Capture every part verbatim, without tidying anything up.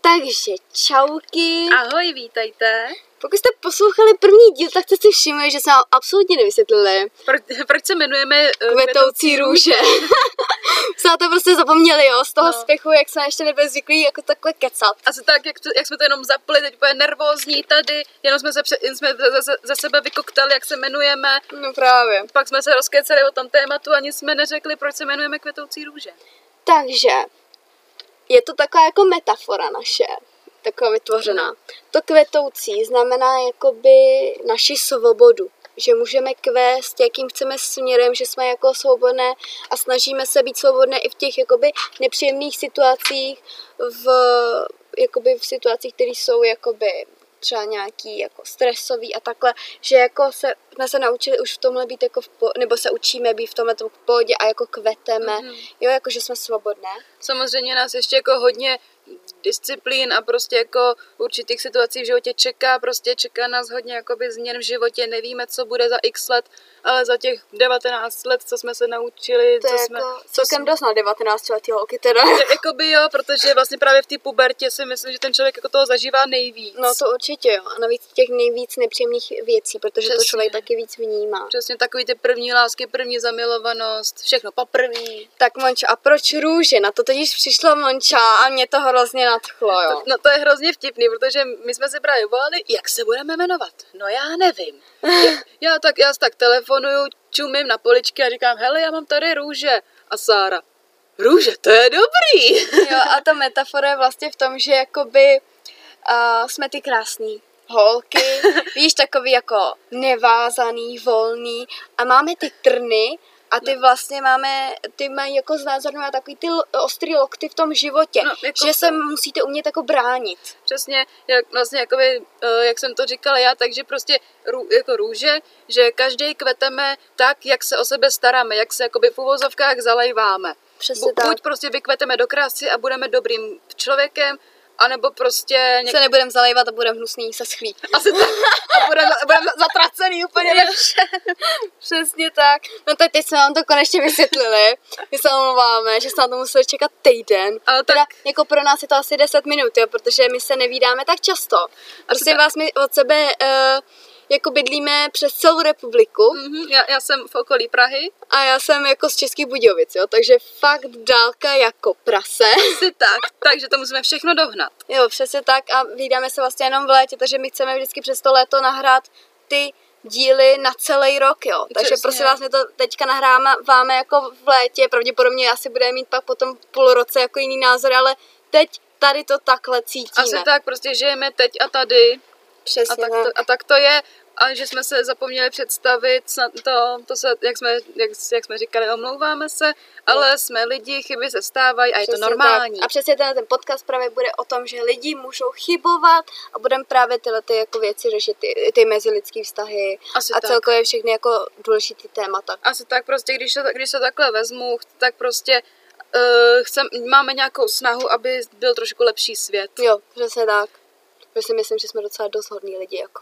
Takže čauky. Ahoj, vítejte. Pokud jste poslouchali první díl, tak jste si všimli, že jsme vám absolutně nevysvětlili. Pro, proč se jmenujeme uh, Kvetoucí růže. Jsme to prostě zapomněli, jo, z toho no. spěchu, jak jsme ještě nebyli zvyklí jako takhle kecat. Asi tak, jak, jak jsme to jenom zapli, teď úplně nervózní tady, jenom jsme se pře, jen jsme ze, ze, ze sebe vykoktali, jak se jmenujeme. No právě. Pak jsme se rozkecali o tom tématu, ani jsme neřekli, proč se jmenujeme Kvetoucí růže. Takže je to taková jako metafora naše, taková vytvořená. Hmm. To kvetoucí znamená jakoby naši svobodu. Že můžeme kvést, jakým chceme směrem, že jsme jako svobodné a snažíme se být svobodné i v těch jakoby nepříjemných situacích, v, jakoby v situacích, které jsou jakoby třeba nějaký jako stresový a takhle, že jako se, jsme se naučili už v tomhle být jako v po, nebo se učíme být v tomhle v pohodě a jako kveteme, mm-hmm. jo, jako že jsme svobodné. Samozřejmě nás ještě jako hodně disciplín a prostě jako určitých situací v životě čeká, prostě čeká nás hodně jakoby změn v životě, nevíme, co bude za x let, ale za těch devatenáct let, co jsme se naučili, to co je jsme... Jako co celkem jsme... dost na devatenáctiletý holky teda. Jakoby jo, protože vlastně právě v té pubertě si myslím, že ten člověk jako toho zažívá nejvíc. No to určitě jo, a navíc těch nejvíc nepříjemných věcí, protože Přesně. to člověk taky víc vnímá. Přesně, takový ty první lásky, první zamilovanost, všechno poprvé. Tak Monča, a proč růže? Na to totiž přišla Monča a mě to hrozně nadchlo, jo. To, no to je hrozně vtipný, protože my jsme se právě volali, jak se budeme jmenovat. No já nevím. já, já, tak, já tak telefonuju, čumím na poličky a říkám, hele, já mám tady růže. A Sára, růže, to je dobrý. Jo, a ta metafora je vlastně v tom, že jakoby uh, jsme ty krásný holky, víš, takový jako nevázaný, volný a máme ty trny a ty no. vlastně máme, ty mají jako znázorňovat takový ty ostrý lokty v tom životě, no, jako že to. Se musíte umět jako bránit. Přesně, jak, vlastně jakoby, jak jsem to říkala já, takže prostě rů, jako růže, že každý kveteme tak, jak se o sebe staráme, jak se jakoby v uvozovkách zalejváme. Přesně Bu, buď tak. prostě vykveteme do krásy a budeme dobrým člověkem, anebo prostě... Něk... Se nebudeme zalejvat a budeme hnusný se schlí. Asi tak. A budeme budem zatracený úplně ve všem. Přesně tak. No tak teď jsme vám to konečně vysvětlili. My se omlouváme, že jsme na to museli čekat týden. Ale tak... Teda, jako pro nás je to asi deset minut, jo, protože my se nevídáme tak často. Prostě vás my od sebe... Uh, jako bydlíme přes celou republiku. Mm-hmm. Já, já jsem v okolí Prahy. A já jsem jako z Českých Budějovic, jo, takže fakt dálka jako prase. Asi tak, takže to musíme všechno dohnat. Jo, přesně tak a vídáme se vlastně jenom v létě, takže my chceme vždycky přes to léto nahrát ty díly na celý rok, jo. Takže Přesně. prosím vás, my to teďka nahráváme jako v létě, pravděpodobně asi budeme mít pak potom půl roce jako jiný názor, ale teď tady to takhle cítíme. Asi tak, prostě žijeme teď a tady. Přesně a tak, tak. To, a tak to je, a že jsme se zapomněli představit, to, to se, jak jsme, jak, jak jsme říkali, omlouváme se, ale no. jsme lidi, chyby se stávají a je přesně to normální. Tak. A přesně ten, ten podcast právě bude o tom, že lidi můžou chybovat a budeme právě tyhle ty jako věci řešit, ty, ty mezilidský vztahy Asi a tak. celkově všechny jako důležitý témata. Asi tak prostě, když se, když se takhle vezmu, tak prostě uh, chcem, máme nějakou snahu, aby byl trošku lepší svět. Jo, přesně tak. Protože si myslím, že jsme docela dost hodní lidi, jako.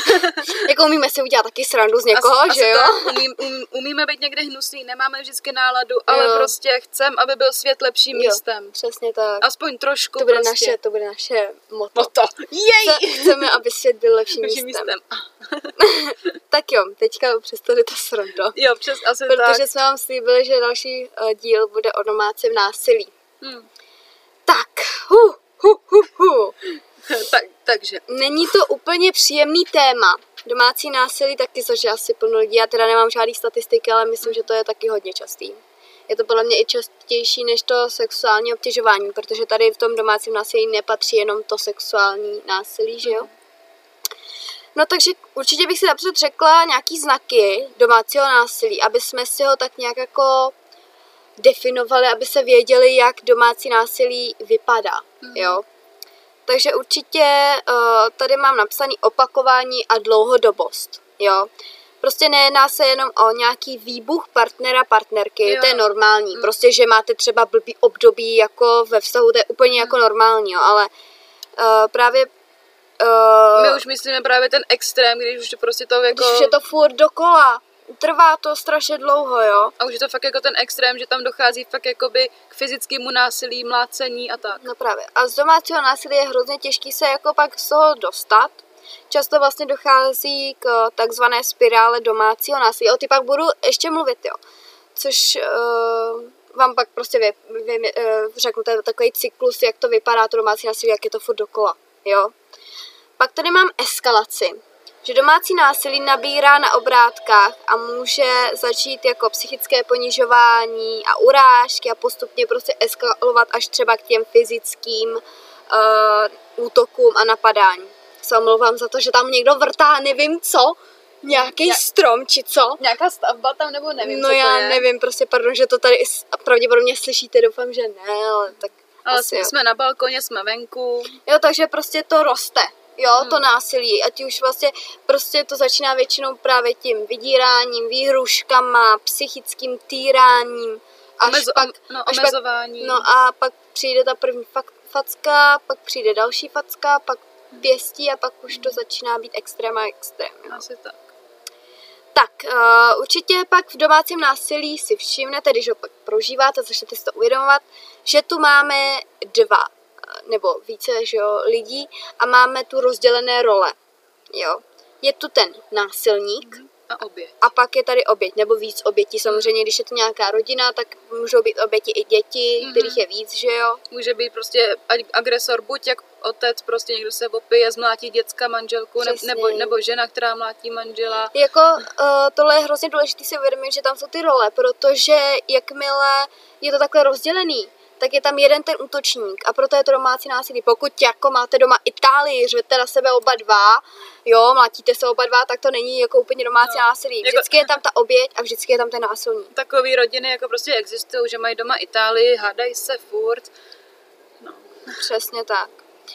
Jako umíme si udělat taky srandu z někoho, asi, že asi jo? Tak, umí, um, umíme být někde hnusný, nemáme vždycky náladu, ale jo. prostě chcem, aby byl svět lepším jo, místem. Přesně tak. Aspoň trošku to bude prostě. Naše, to bude naše motto. Moto. Jej! Chceme, aby svět byl lepším místem. místem. Tak jo, teďka přestali to srando. Jo, přes, asi Protože tak. Protože jsme vám slíbili, že další uh, díl bude o domácím násilí. Hmm. Tak, hu, hu, hu, hu. tak, takže. Není to úplně příjemný téma. Domácí násilí taky zažije asi plno lidí. Já teda nemám žádný statistiky, ale myslím, že to je taky hodně častý. Je to podle mě i častější než to sexuální obtěžování, protože tady v tom domácím násilí nepatří jenom to sexuální násilí, že jo? No takže určitě bych si napřed řekla nějaký znaky domácího násilí, aby jsme si ho tak nějak jako definovali, aby se věděli, jak domácí násilí vypadá, mm. jo? Takže určitě uh, tady mám napsaný opakování a dlouhodobost, jo. Prostě nejedná se jenom o nějaký výbuch partnera, partnerky, jo. To je normální. Mm. Prostě, že máte třeba blbý období jako ve vztahu, to je úplně mm. jako normální, jo. Ale uh, právě... Uh, My už myslíme právě ten extrém, když už to prostě to jako... Když už je to furt dokola. trvá to strašně dlouho, jo. A už je to fakt jako ten extrém, že tam dochází fakt jakoby k fyzickému násilí, mlácení a tak. No právě. A z domácího násilí je hrozně těžký se jako pak z toho dostat. Často vlastně dochází k takzvané spirále domácího násilí. O ty pak budu ještě mluvit, jo. Což uh, vám pak prostě vy, vy, uh, řeknu, to je takový cyklus, jak to vypadá, to domácí násilí, jak je to furt dokola, jo. Pak tady mám eskalaci, že domácí násilí nabírá na obrátkách a může začít jako psychické ponižování a urážky a postupně prostě eskalovat až třeba k těm fyzickým uh, útokům a napadání. Se omlouvám za to, že tam někdo vrtá, nevím co, nějaký Jak- strom či co. Nějaká stavba tam nebo nevím, No co já to je. nevím, prostě pardon, že to tady is- pravděpodobně slyšíte, doufám, že ne, ale tak Ale asi jo. jsme na balkoně, jsme venku. Jo, takže prostě to roste, jo, Hmm. to násilí, ať už vlastně prostě to začíná většinou právě tím vydíráním, výhruškama, psychickým týráním, až Omezo- pak, no, až pak, omezování. no a pak přijde ta první fak- facka, pak přijde další facka, pak pěstí a pak už to začíná být extrém a extrém, jo. Asi tak. Tak, uh, určitě pak v domácím násilí si všimnete, když ho pak prožíváte, začnete si to uvědomovat, že tu máme dva eh, nebo více, že jo, lidí a máme tu rozdělené role, jo. Je tu ten násilník A oběť. a pak je tady oběť, nebo víc obětí. Samozřejmě, když je to nějaká rodina, tak můžou být oběti i děti, Mhm. kterých je víc, že jo. Může být prostě ag- agresor, buď jak otec, prostě někdo se opije, zmlátí děcka, manželku, ne- Přesně. nebo, nebo žena, která mlátí manžela. Jako uh, tohle je hrozně důležité si uvědomit, že tam jsou ty role, protože jakmile je to takhle rozdělený, tak je tam jeden ten útočník a proto je to domácí násilí. Pokud jako máte doma Itálii, řvete na sebe oba dva, jo, mlátíte se oba dva, tak to není jako úplně domácí No, násilí. jako- Vždycky je tam ta oběť a vždycky je tam ten násilník. Takový rodiny jako prostě existují, že mají doma Itálii, hádají se furt. No. Přesně tak.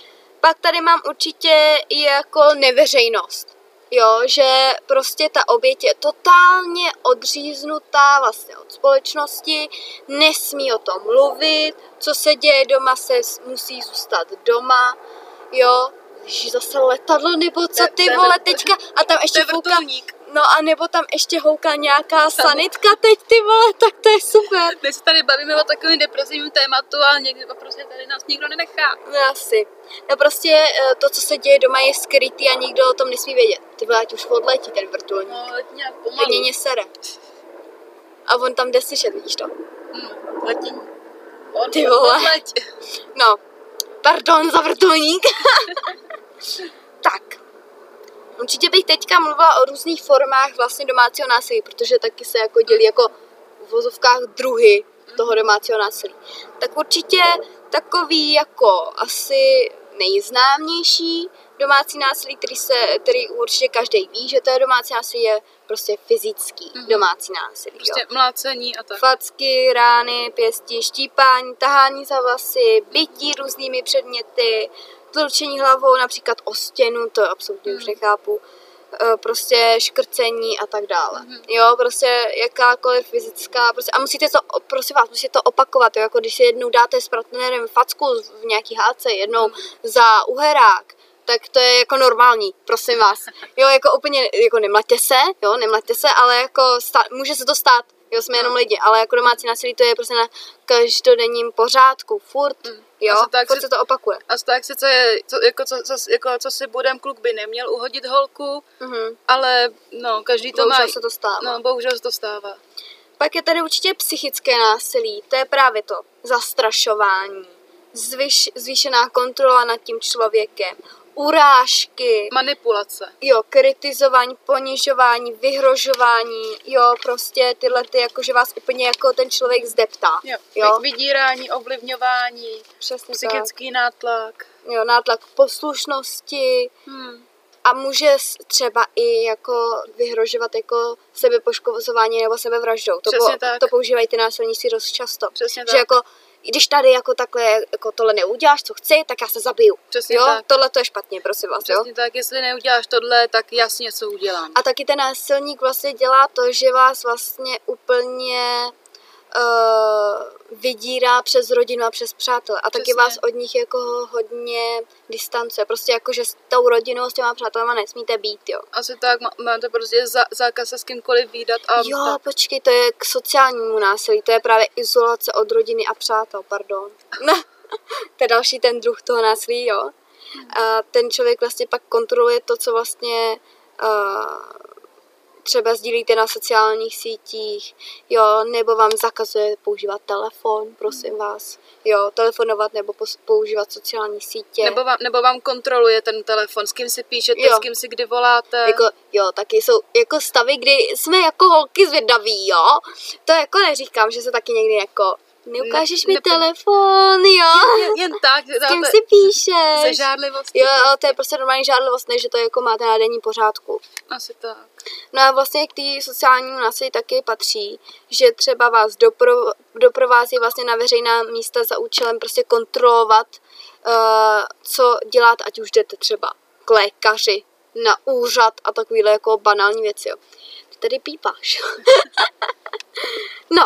Pak tady mám určitě i jako neveřejnost. Jo, že prostě ta oběť je totálně odříznutá vlastně od společnosti, nesmí o tom mluvit, co se děje doma, se s- musí zůstat doma, jo, Ježíš, zase letadlo, nebo co To- ty to je vole vr- teďka, a tam To ještě je fouká, vrtulník. no a nebo tam ještě houká nějaká sanitka teď ty vole, tak to je super. My se tady bavíme o takovém depresivním tématu, ale někdy prostě tady nás nikdo nenechá. No asi. No prostě eh, to, co se děje doma, je skrytý a nikdo o tom nesmí vědět. Ty vole, ať už odletí ten vrtulník. No, letí nějak Teď pomalu. mě sere. A on tam jde slyšet, vidíš to? Hmm, letí. Od, Ty vole. odleť. No, pardon za vrtulník. Tak. Určitě bych teďka mluvila o různých formách vlastně domácího násilí, protože taky se jako dělí jako v vozovkách druhy toho domácího násilí. Tak určitě takový jako asi nejznámější domácí násilí, který, se, který určitě každý ví, že to je domácí násilí, je prostě fyzický Mhm. domácí násilí. Prostě Jo. mlácení a tak. Facky, rány, pěstí, štípání, tahání za vlasy, bytí různými předměty, tlučení hlavou například o stěnu, to absolutně už Mhm. nechápu, e, prostě škrcení a tak dále. Mhm. Jo, prostě jakákoliv fyzická, prostě, a musíte to, prosím vás, musíte to opakovat, jo, jako když si jednou dáte s partnerem facku v nějaký hádce, jednou za uherák, tak to je jako normální, prosím vás. Jo, jako úplně, jako nemlaťte se, jo, nemlaťte se, ale jako stá, může se to stát, jo, jsme jenom lidi, ale jako domácí násilí to je prostě na každodenním pořádku, furt, Mm. jo, Asi tak furt si- se to opakuje. A tak sice je, co, jako, co, co, jako, co si budem, kluk by neměl uhodit holku, Mhm. ale no, každý to Bohužel má. se to stává. No, bohužel se to stává. Pak je tady určitě psychické násilí, to je právě to zastrašování, zvyš, zvýšená kontrola nad tím člověkem, urážky, Manipulace. jo, kritizování, ponižování, vyhrožování, jo, prostě tyhle ty, jako že vás úplně jako ten člověk zdeptá. Jo. Jo. Vy, vydírání, ovlivňování, Přesně psychický nátlak. tak. Jo, nátlak poslušnosti Hmm. a může s- třeba i jako vyhrožovat jako sebepoškozování nebo sebevraždou. To, Přesně po, tak. to používají ty násilníci dost často. Přesně Že tak. jako, když tady jako takhle jako tohle neuděláš, co chci, tak já se zabiju. Přesně jo, tak. tohle to je špatně, prosím vás, jo. Přesně tak, jestli neuděláš tohle, tak jasně co udělám. A taky ten násilník vlastně dělá to, že vás vlastně úplně uh, vydírá přes rodinu a přes přátelé. A taky Přesně. vás od nich jako hodně distancuje. Prostě jako, že s tou rodinou, s těma přátelema nesmíte být, jo. Asi tak, má, máte prostě za, zákaz se s kýmkoliv výdat a Jo, tak. počkej, to je k sociálnímu násilí, to je právě izolace od rodiny a přátel, pardon. To je další ten druh toho násilí, jo. A ten člověk vlastně pak kontroluje to, co vlastně uh, třeba sdílíte na sociálních sítích, jo, nebo vám zakazuje používat telefon, prosím vás, jo, telefonovat nebo pos- používat sociální sítě. Nebo vám, nebo vám kontroluje ten telefon, s kým si píšete, Jo. s kým si kdy voláte. Jako, jo, taky jsou jako stavy, kdy jsme jako holky zvědaví, jo. To jako neříkám, že se taky někdy jako neukážeš Ne- mi ne- telefon, jo. Jen, jen tak, S kým dáte si píšeš? ze žádlivosti. Jo, ale to je prostě normální žádlivost, ne, že to jako máte na denní pořádku. Asi tak. No a vlastně k té sociálnímu násilí taky patří, že třeba vás dopro, doprovází vlastně na veřejná místa za účelem prostě kontrolovat, uh, co děláte, ať už jdete třeba k lékaři, na úřad a takovýhle jako banální věci, jo. Ty tady pípáš. No,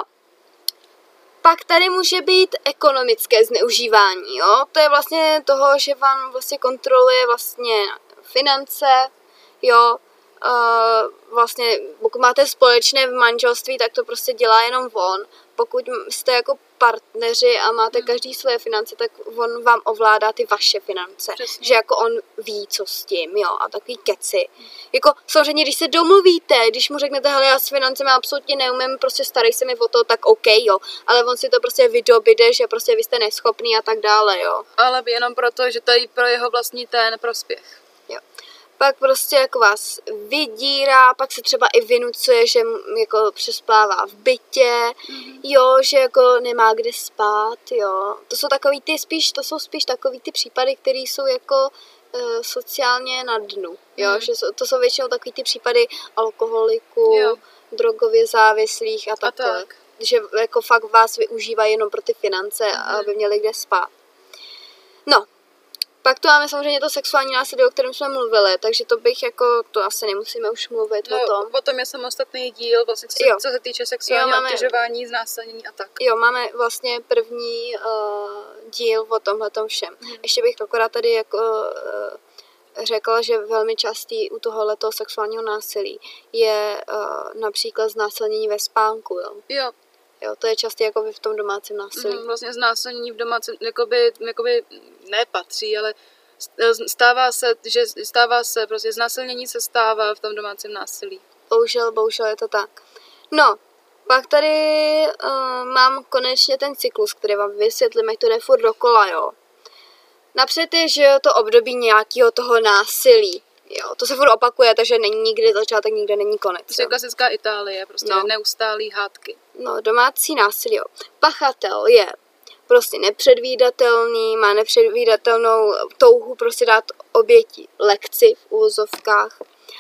pak tady může být ekonomické zneužívání, jo. To je vlastně toho, že vám vlastně kontroluje vlastně finance, jo. Uh, vlastně, pokud máte společné v manželství, tak to prostě dělá jenom on. Pokud jste jako partneři a máte Hmm. každý svoje finance, tak on vám ovládá ty vaše finance. Přesně. Že jako on ví, co s tím, jo, a takový keci. Jako samozřejmě, když se domluvíte, když mu řeknete, hele, já s financemi absolutně neumím, prostě starej se mi o to, tak OK, jo. Ale on si to prostě vydobíde, že prostě vy jste neschopný a tak dále, jo. Ale jenom proto, že to je pro jeho vlastní ten prospěch. Jo. Pak prostě jako vás vydírá, pak se třeba i vynucuje, že m- jako přespává v bytě, Mhm. jo, že jako nemá kde spát, jo. To jsou takový ty spíš, to jsou spíš takový ty případy, které jsou jako e, sociálně na dnu, jo, Mhm. že jsou, to jsou většinou takový ty případy alkoholiků, Jo. drogově závislých a A takhle. tak. Že jako fakt vás využívají jenom pro ty finance, Mhm. aby měli kde spát. No, pak tu máme samozřejmě to sexuální násilí, o kterém jsme mluvili, takže to bych jako, to asi nemusíme už mluvit No, o tom. potom je samostatný díl, vlastně, co, se, Jo. co se týče sexuálního Jo, máme- obtěžování, znásilnění a tak. Jo, máme vlastně první uh, díl o tomhletom všem. Mhm. Ještě bych akorát tady jako uh, řekla, že velmi častý u tohohletoho sexuálního násilí je uh, například znásilnění ve spánku, jo. Jo, Jo, to je častý jako v tom domácím násilí. mhm, vlastně znásilnění v domácím, jakoby, jakoby nepatří, ale stává se, že stává se, prostě znásilnění se stává v tom domácím násilí. Bohužel, bohužel je to tak. No, pak tady uh, mám konečně ten cyklus, který vám vysvětlím, jak to jde furt dokola, jo. Napřed je, že je to období nějakého toho násilí, jo. To se furt opakuje, takže není nikdy začátek, nikde není konec. Prostě Jo. klasická Itálie, prostě No. neustálý hádky. No, domácí násilí, jo. Pachatel je prostě nepředvídatelný, má nepředvídatelnou touhu prostě dát oběti lekci v uvozovkách.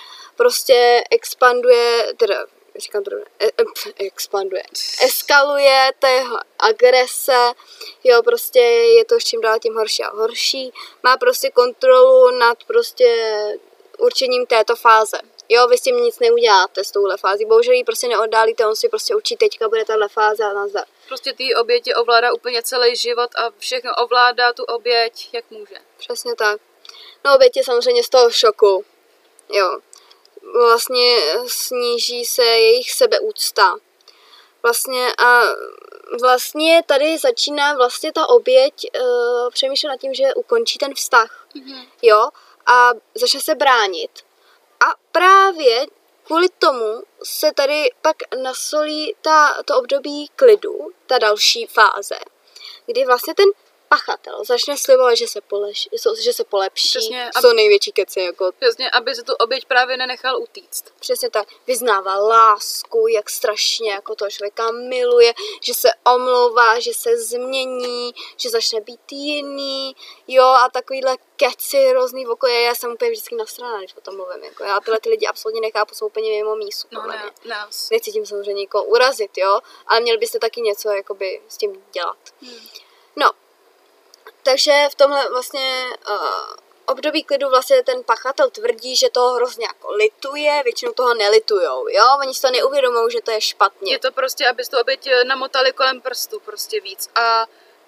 Prostě expanduje, teda říkám to, e, e, pf, expanduje, eskaluje ta jeho agrese, jo, prostě je to s čím dál tím horší a horší. Má prostě kontrolu nad prostě určením této fáze. Jo, vy s tím nic neuděláte s touhle fází. Bohužel ji prostě neoddálíte, on si prostě učí, teďka bude tahle fáze a nazdar. Prostě ty oběti ovládá úplně celý život a všechno ovládá tu oběť, jak může. Přesně tak. No oběť je samozřejmě z toho šoku. Jo. Vlastně sníží se jejich sebeúcta. Vlastně a vlastně tady začíná vlastně ta oběť uh, přemýšlet nad tím, že ukončí ten vztah. Mhm. Jo. A začne se bránit. A právě kvůli tomu se tady pak nasolí ta, to období klidu, ta další fáze, kdy vlastně ten pachatel začne slibovat, že se, poleš, že se polepší, Přesně, jsou aby- největší keci, jako Přesně, aby se tu oběť právě nenechal utíct. přesně tak, vyznává lásku, jak strašně jako toho člověka miluje, že se omlouvá, že se změní, že začne být jiný, jo, a takovýhle keci hrozný v okolí, já jsem úplně vždycky nasraná, když o tom mluvím, jako já tyhle ty lidi absolutně nechápu, jsou úplně mimo mísu, No podle ne, mě. nás. Nechci tím samozřejmě někoho urazit, jo, ale měli byste taky něco jakoby s tím dělat. Hmm. No, takže v tomhle vlastně uh, období klidu vlastně ten pachatel tvrdí, že toho hrozně jako lituje, většinou toho nelitujou, jo? Oni si to neuvědomují, že to je špatně. Je to prostě, abys tu oběť namotali kolem prstu prostě víc. A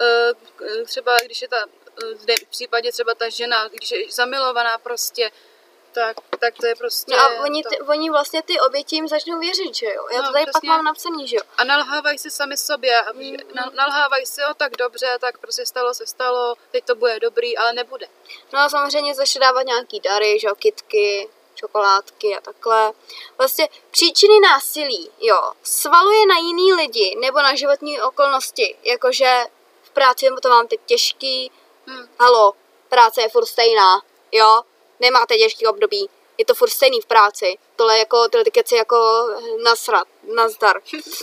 uh, třeba, když je ta, v případě třeba ta žena, když je zamilovaná prostě, tak, tak to je prostě... No a oni, ty, oni vlastně ty oběti jim začnou věřit, že jo? Já no, to tady přesně. pak mám napsaný, že jo? A nalhávají si sami sobě, a Mm. nalhávají si, o tak dobře, tak prostě stalo se stalo, teď to bude dobrý, ale nebude. No a samozřejmě začne dávat nějaký dary, že jo, kytky, čokoládky a takhle. Vlastně příčiny násilí, jo, svaluje na jiný lidi nebo na životní okolnosti, jakože v práci to mám teď těžký, Hmm. halo, práce je furt stejná, jo, nemáte těžký období, je to furt stejný v práci, tohle jako, tyhle ty keci jako nasrat, nazdar,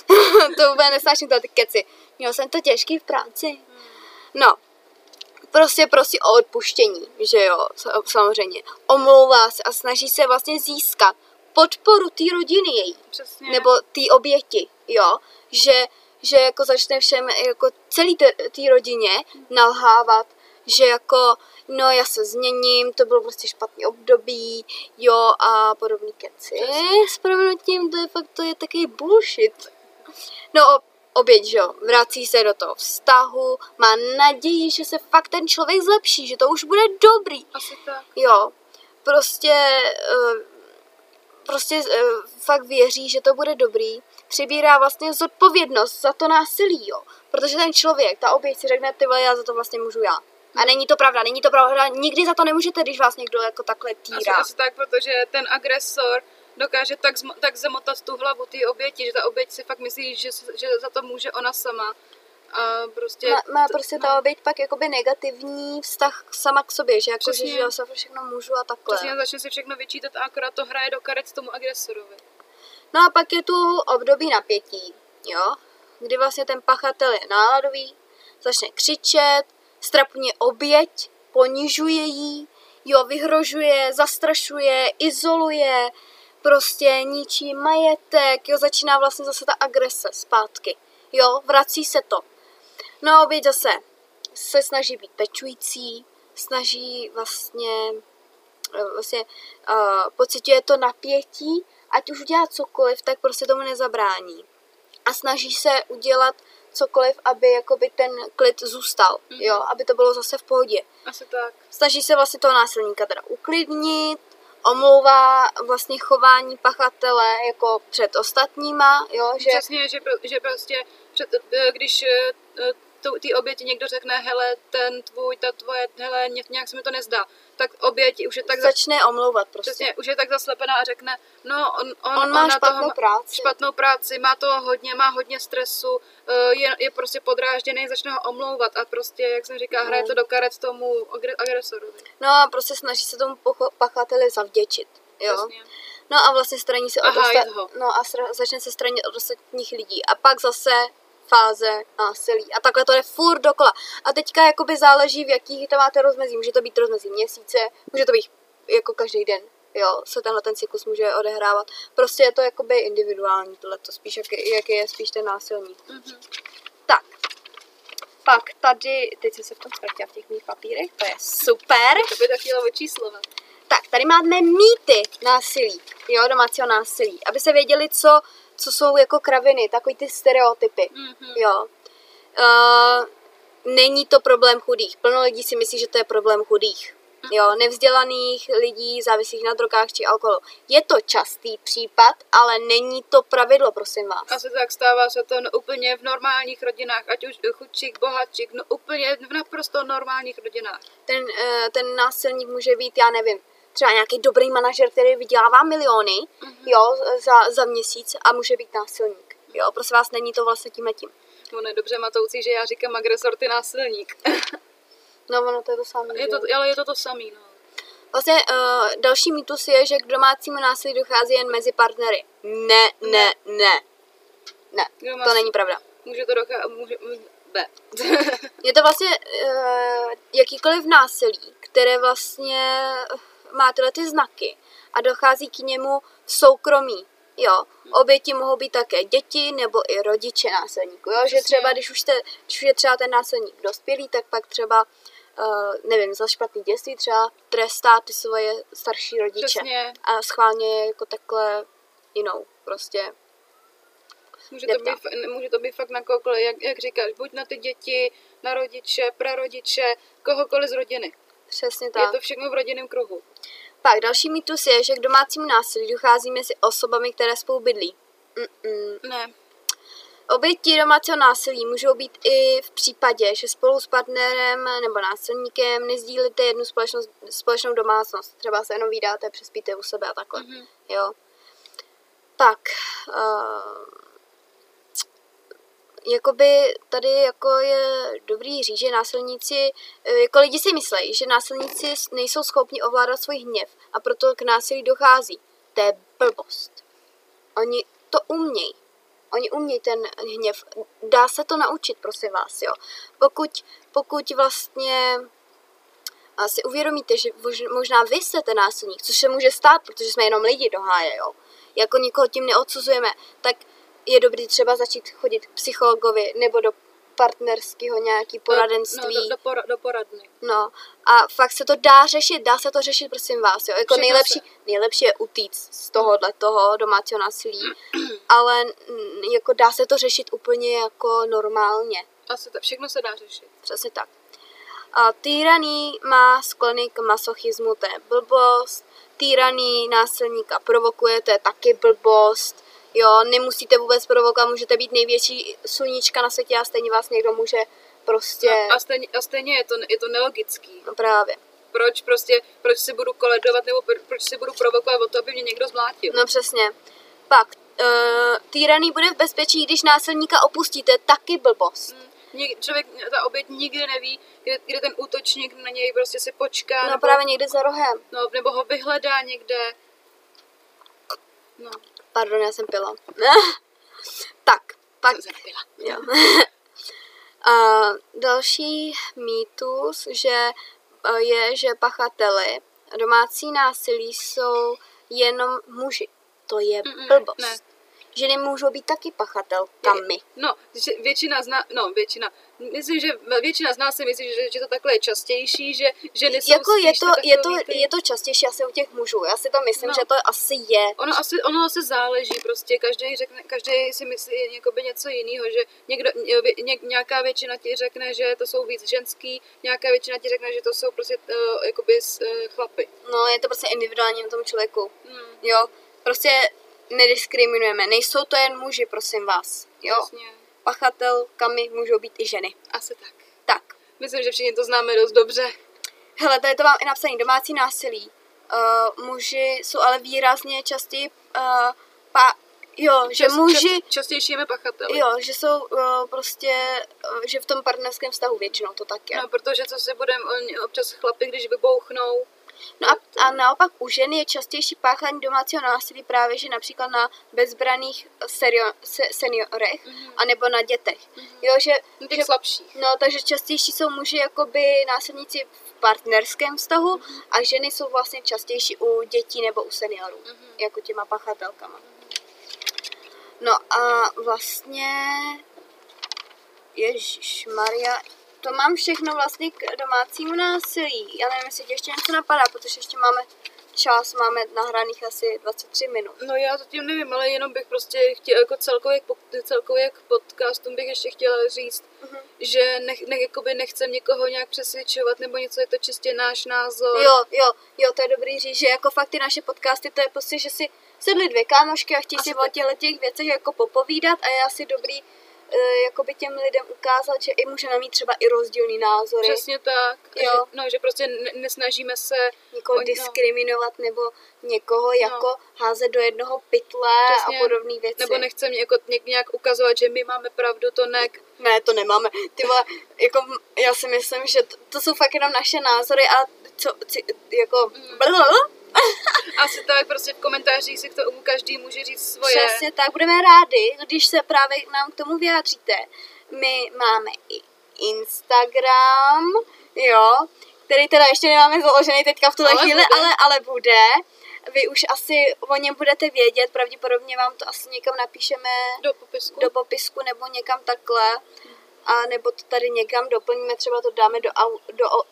to úplně nesnáším tyhle ty keci, měl jsem to těžký v práci, no, prostě prosí o odpuštění, že jo, samozřejmě, omlouvá se a snaží se vlastně získat podporu té rodiny její, Přesně. nebo té oběti, jo, že, že jako začne všem, jako celý té rodině nalhávat, že jako, no já se změním, to bylo prostě špatný období, jo, a podobný keci. S proměnutím, to je fakt, to je takový bullshit. No, oběť, že jo, vrací se do toho vztahu, má naději, že se fakt ten člověk zlepší, že to už bude dobrý. Asi tak. Jo, prostě, uh, prostě uh, fakt věří, že to bude dobrý, přibírá vlastně zodpovědnost za to násilí, jo, protože ten člověk, ta oběť si řekne, ty vole, já za to vlastně můžu já. A není to pravda, není to pravda, nikdy za to nemůžete, když vás někdo jako takhle týrá. Asi, asi tak, protože ten agresor dokáže tak, zmo, tak zamotat tu hlavu té oběti, že ta oběť si fakt myslí, že, že za to může ona sama. A prostě... Má, má prostě ta oběť pak jakoby negativní vztah sama k sobě, že jako, že, že já se všechno můžu a takhle. Přesně, začne si všechno vyčítat a akorát to hraje do karet tomu agresorovi. No a pak je tu období napětí, jo, kdy vlastně ten pachatel je náladový, začne křičet, strapně oběť, ponižuje jí, jo, vyhrožuje, zastrašuje, izoluje, prostě ničí majetek, jo, začíná vlastně zase ta agrese zpátky, jo, vrací se to. No a oběť zase se snaží být pečující, snaží vlastně, vlastně uh, pociťuje to napětí, ať už udělá cokoliv, tak prostě tomu nezabrání. A snaží se udělat cokoliv, aby jakoby ten klid zůstal, mm-hmm. jo, aby to bylo zase v pohodě. Asi tak. Snaží se vlastně toho násilníka teda uklidnit, omlouvá vlastně chování pachatele jako před ostatníma, jo, že... Přesně, že, že prostě před, když ty oběti někdo řekne, hele, ten tvůj, ta tvoje, hele, nějak se mi to nezdá, tak oběť už je tak... Začne omlouvat prostě. Přesně, už je tak zaslepená a řekne, no, on, on, on má on špatnou toho, práci. Špatnou práci, má toho hodně, má hodně stresu, je, je prostě podrážděný, začne ho omlouvat a prostě, jak jsem říká, hraje to do karet tomu agresorovi. No a prostě snaží se tomu pachateli zavděčit, jo. Přesně. No a vlastně straní se od Aha, osta- no a stra- začne se stranit od ostatních lidí. A pak zase fáze násilí. A takhle to jde furt dokola. A teďka jakoby záleží, v jakých to máte rozmezí. Může to být rozmezí měsíce, může to být jako každý den. Jo, se tenhle ten cyklus může odehrávat. Prostě je to jakoby individuální tohleto, spíš jak, jak je spíš ten násilník. Mm-hmm. Tak. Pak tady, teď jsem se v tom ztratila v těch mých papírech, to je super. To by tak chtěla očíslovat. Tak, tady máme mýty násilí, jo, domácího násilí, aby se věděli, co, co jsou jako kraviny, takový ty stereotypy, Mm-hmm. jo. Uh, není to problém chudých, plno lidí si myslí, že to je problém chudých, jo, nevzdělaných lidí, závislých na drogách či alkoholu. Je to častý případ, ale není to pravidlo, prosím vás. Asi tak stává se to no, úplně v normálních rodinách, ať už chudších, bohatších, no úplně v naprosto normálních rodinách. Ten, uh, ten násilník může být, já nevím, třeba nějaký dobrý manažer, který vydělává miliony, mm-hmm. jo, za, za měsíc a může být násilník. Jo, prosím vás, není to vlastně tím letím. On je dobře matoucí, že já říkám agresor, ty násilník. No, ono to je to samé. Je to, ale je to to samý, no. Vlastně uh, další mýtus je, že k domácímu násilí dochází jen mezi partnery. Ne, ne, ne. Ne, Doma to není pravda. Může to docházet, může, ne. Je to vlastně uh, jakýkoliv násilí, které vlastně má tyhle ty znaky a dochází k němu v soukromí. Jo, oběti mohou být také děti nebo i rodiče násilníků. Jo, že třeba, když už, te, když už je třeba ten násilník dospělý, tak pak třeba uh, nevím, za špatný dětství třeba trestá ty svoje starší rodiče. Přesně. A schválně jako takhle jinou prostě. Může to, být, může to být fakt na kohokoliv, jak, jak říkáš, buď na ty děti, na rodiče, prarodiče, kohokoliv z rodiny. Přesně tak. Je to všechno v rodinném kruhu. Pak další mýtus je, že k domácímu násilí dochází mezi osobami, které spolu bydlí. Mm-mm. Ne. Oběti domácího násilí můžou být i v případě, že spolu s partnerem nebo násilníkem nezdílíte jednu společnou, společnou domácnost. Třeba se jenom vídáte, přespíte u sebe a takhle. Mm-hmm. Jo. Pak, uh, jakoby tady jako je dobrý říct, že násilníci, jako lidi si myslejí, že násilníci nejsou schopni ovládat svůj hněv a proto k násilí dochází. To je blbost. Oni to umějí. Oni umějí ten hněv. Dá se to naučit, prosím vás, jo. Pokud, pokud vlastně si uvědomíte, že možná vy jste ten násilník, což se může stát, protože jsme jenom lidi do háje, jo. Jako nikoho tím neodsuzujeme, tak je dobrý třeba začít chodit k psychologovi nebo do partnerského nějaký poradenství. No, do, do, pora, do poradny. No a fakt se to dá řešit, dá se to řešit, prosím vás, jo. Jako nejlepší, nejlepší je utíct z tohohle toho domácího násilí, ale jako dá se to řešit úplně jako normálně. Asi to, všechno se dá řešit. Přesně tak. A týraný má sklony k masochismu, to je blbost. Týraný násilníka provokuje, to je taky blbost. Jo, nemusíte vůbec provokovat, můžete být největší sluníčka na světě a stejně vás někdo může prostě... No, a, stejně, a stejně je to, je to nelogický. No právě. Proč prostě, proč si budu koledovat nebo proč si budu provokovat o to, aby mě někdo zmlátil? No přesně. Pak, uh, týraný bude v bezpečí, když násilníka opustíte, taky blbost. Hmm. Člověk, ta oběť nikdy neví, kde, kde ten útočník na něj prostě si počká. No nebo, právě někde za rohem. No, nebo ho vyhledá někde. No. Pardon, já jsem pila. tak, pak... Jsem se napila. Jo. A další mýtus, že je, že pachateli domácí násilí jsou jenom muži. To je Mm-mm, blbost. Ne. Ženy můžou být taky pachatelkami. No, většina z nás, no většina, myslím, že většina z nás si myslí, že, že to takhle je častější, že ženy jsou jako je to, je, to, ty... je to častější asi u těch mužů, já si to myslím, no. že to asi je. Ono asi, ono asi záleží prostě, každý řekne, každý si myslí jakoby něco jiného, že někdo, ně, nějaká většina ti řekne, že to jsou víc ženský, nějaká většina ti řekne, že to jsou prostě uh, jakoby uh, chlapy. No, je to prostě individuální na tom člověku, hmm. jo, prostě nediskriminujeme, nejsou to jen muži, prosím vás, jo. Jasně. Pachatelkami můžou být i ženy. Asi tak. Tak. Myslím, že všichni to známe dost dobře. Hele, tady to mám i napsaný, domácí násilí. Uh, muži jsou ale výrazně častěji, uh, pa, jo, že Čas, muži... Čas, častějšími pachateli. Jo, že jsou uh, prostě, uh, že v tom partnerském vztahu většinou to tak je. No, protože co si budeme, občas chlapi, když vybouchnou. No a, a naopak u žen je častější páchání domácího násilí právě, že například na bezbraných serio, se, seniorech, mm-hmm. anebo na dětech. Mm-hmm. Jo, že, že, slabší. No, takže častější jsou muži jakoby násilníci v partnerském vztahu mm-hmm. a ženy jsou vlastně častější u dětí nebo u seniorů, mm-hmm. jako těma pachatelkama. No a vlastně Ježišmarja, to mám všechno vlastně k domácímu násilí. Já nevím, jestli tě ještě něco napadá, protože ještě máme čas, máme nahraných asi dvacet tři minut. No já to tím nevím, ale jenom bych prostě chtěla, jako celkově, celkově k podcastům bych ještě chtěla říct, uh-huh. že nech, nech, jakoby nechcem někoho nějak přesvědčovat, nebo něco, je to čistě náš názor. Jo, jo, jo, to je dobrý říct, že jako fakt ty naše podcasty, to je prostě, že si sedli dvě kámošky a chtějí asi si tak. O těch věcech jako popovídat a je asi dobrý jakoby těm lidem ukázat, že i můžeme mít třeba i rozdílný názory. Přesně tak. Jo. Že, no, že prostě nesnažíme se někoho o, diskriminovat no. nebo někoho jako no. házet do jednoho pytle Přesně. a podobné věci. Nebo nechceme jako nějak ukazovat, že my máme pravdu, to ne. Ne, to nemáme. Ty vole, jako já si myslím, že to, to jsou fakt jenom naše názory a co, ci, jako mm. Asi tak, prostě v komentářích si k tomu každý může říct svoje. Přesně tak, budeme rádi, když se právě nám k tomu vyjádříte. My máme i Instagram, jo, který teda ještě nemáme založený teďka v tuhle ale chvíli, bude. ale, ale bude. Vy už asi o něm budete vědět, pravděpodobně vám to asi někam napíšeme do popisku, do popisku nebo někam takhle. a nebo to tady někam doplníme, třeba to dáme do, au, do o,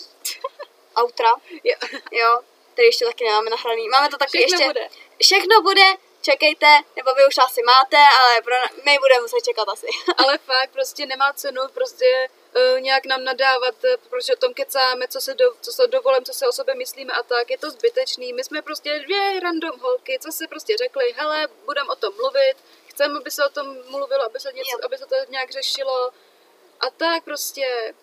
outra. Jo. Jo, tady ještě taky nemáme nahraný. Máme to taky Všechno ještě. bude. Všechno bude, čekejte, nebo vy už asi máte, ale pro, my budeme muset čekat asi. Ale fakt prostě nemá cenu prostě uh, nějak nám nadávat, uh, proč o tom kecáme, co se, do, co se dovolím, co se o sobě myslíme a tak. Je to zbytečný. My jsme prostě dvě random holky, co si prostě řekli, hele, budeme o tom mluvit, chceme, aby se o tom mluvilo, aby se, něco, aby se to nějak řešilo a tak prostě.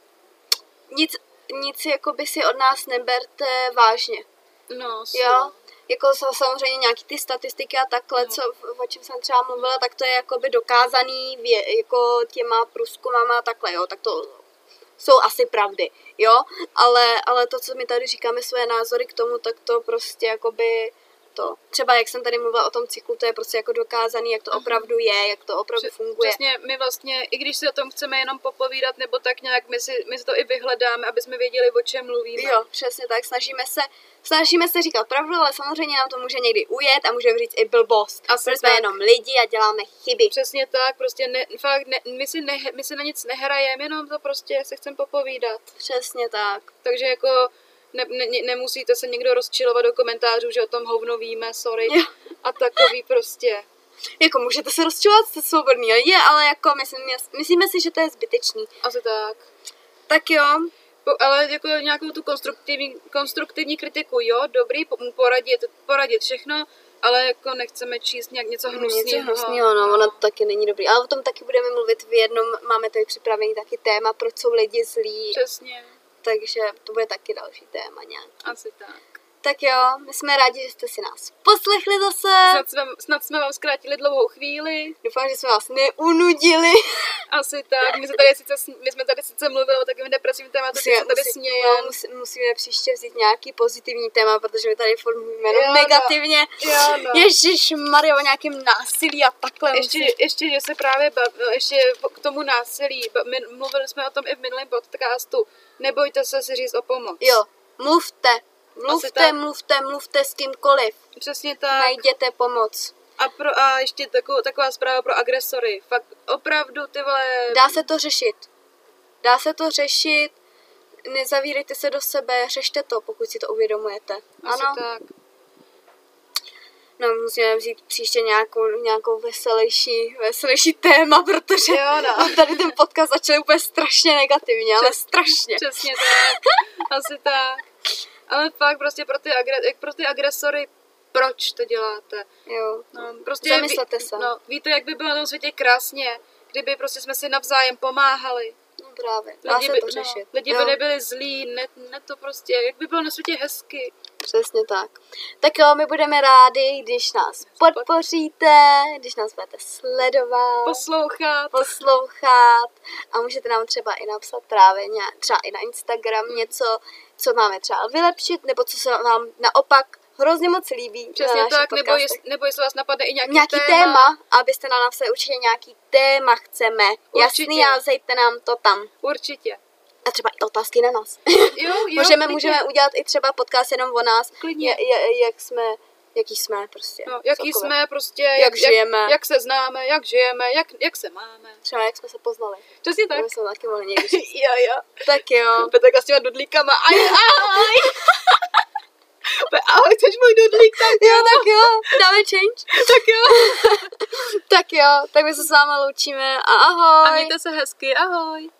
Nic, nic jakoby si od nás neberte vážně. No, jo, jako samozřejmě nějaký ty statistiky a takhle, no. co, o čem jsem třeba mluvila, tak to je jakoby dokázaný vě, jako těma průzkumama a takhle, jo, tak to jsou asi pravdy, jo, ale, ale to, co my tady říkáme svoje názory k tomu, tak to prostě jakoby to, třeba jak jsem tady mluvila o tom cyklu, to je prostě jako dokázaný, jak to opravdu je, jak to opravdu Přes, funguje. Přesně, my vlastně, i když si o tom chceme jenom popovídat, nebo tak nějak, my si, my si to i vyhledáme, aby jsme věděli, o čem mluvíme. Jo, přesně tak, snažíme se, snažíme se říkat pravdu, ale samozřejmě nám to může někdy ujet a můžeme říct i blbost. A jsme tak. jenom lidi a děláme chyby. Přesně tak, prostě ne, fakt, ne, my, si ne, my si na nic nehrajeme, jenom to prostě se chceme popovídat. Přesně tak. Takže jako ne, ne, nemusíte se někdo rozčilovat do komentářů, že o tom hovno víme, sorry. Jo. A takový prostě. Jako můžete se rozčilovat, jste svobodný lidi, ale jako myslím, myslíme si, že to je zbytečný. Asi tak. Tak jo. Po, ale jako nějakou tu konstruktivní, konstruktivní kritiku, jo, dobrý, poradit, poradit všechno, ale jako nechceme číst nějak něco hnusného. Něco hnusného, no, ono to taky není dobrý. Ale o tom taky budeme mluvit v jednom, máme tady připravený taky téma, proč jsou lidi zlí. Přesně. Takže to bude taky další téma nějak. Asi tak. Tak jo, my jsme rádi, že jste si nás poslechli zase. Snad jsme, snad jsme vám zkrátili dlouhou chvíli. Doufám, že jsme vás neunudili. Asi tak. My jsme tady sice, my jsme tady sice mluvili o takovém depresivním tématu, musí, se tady musí, smějeme. No, musí, musíme příště vzít nějaký pozitivní téma, protože my tady furt mluvíme jenom negativně. Jo, no. Ježišmarja, o nějakém násilí a takhle. Ještě, musí... ještě, že se právě bav, ještě k tomu násilí, my mluvili jsme o tom i v minulém podcastu. Nebojte se si říct o pomoc. Jo, mluvte. Mluvte, mluvte, mluvte s kýmkoliv. Přesně tak. Najděte pomoc. A, pro, a ještě taková, taková zpráva pro agresory. Fakt opravdu, ty vole... Dá se to řešit. Dá se to řešit. Nezavírejte se do sebe, řešte to, pokud si to uvědomujete. Asi ano. Tak. No, musíme vzít příště nějakou, nějakou veselější, veselější téma, protože jo, no. tady ten podcast začal úplně strašně negativně, ale Přes, strašně. Přesně tak. Asi tak. Ale fakt prostě pro ty, agre, pro ty agresory, proč to děláte? Jo. No, prostě Zamyslete ví, se. No, víte, jak by bylo na tom světě krásně, kdyby prostě jsme si navzájem pomáhali. No právě, dá lidi se by, to řešit. No, lidi jo. by nebyli zlí, ne, ne to prostě, jak by bylo na světě hezky. Přesně tak. Tak jo, my budeme rádi, když nás podpoříte, když nás budete sledovat, poslouchat, poslouchat a můžete nám třeba i napsat právě nějak, třeba i na Instagram něco, co máme třeba vylepšit, nebo co se vám naopak hrozně moc líbí. Přesně tak, nebo, jest, nebo jestli vás napadne i nějaký, nějaký téma. téma, abyste nám napsali určitě nějaký téma chceme. Určitě. Jasný, a zejte nám to tam. Určitě. A třeba i otázky na nás. Jo, jo, můžeme, můžeme udělat i třeba podcast jenom o nás. Klidně. Je, je, jak jsme, jaký jsme prostě. No, jaký celkově. Jsme prostě. Jak, jak žijeme. Jak, jak se známe, jak žijeme, jak, jak se máme. Třeba jak jsme se poznali. Přesně tak. To bychom taky mohli někdy říct. jo, jo. Tak jo. Petrka s těma dudlíkama. Aj, ahoj. Ahoj, chceš můj dudlík? Tak jo. jo, tak jo. Dáme change. tak jo. tak jo, tak my se s váma loučíme a ahoj. A mějte se hezky, ahoj.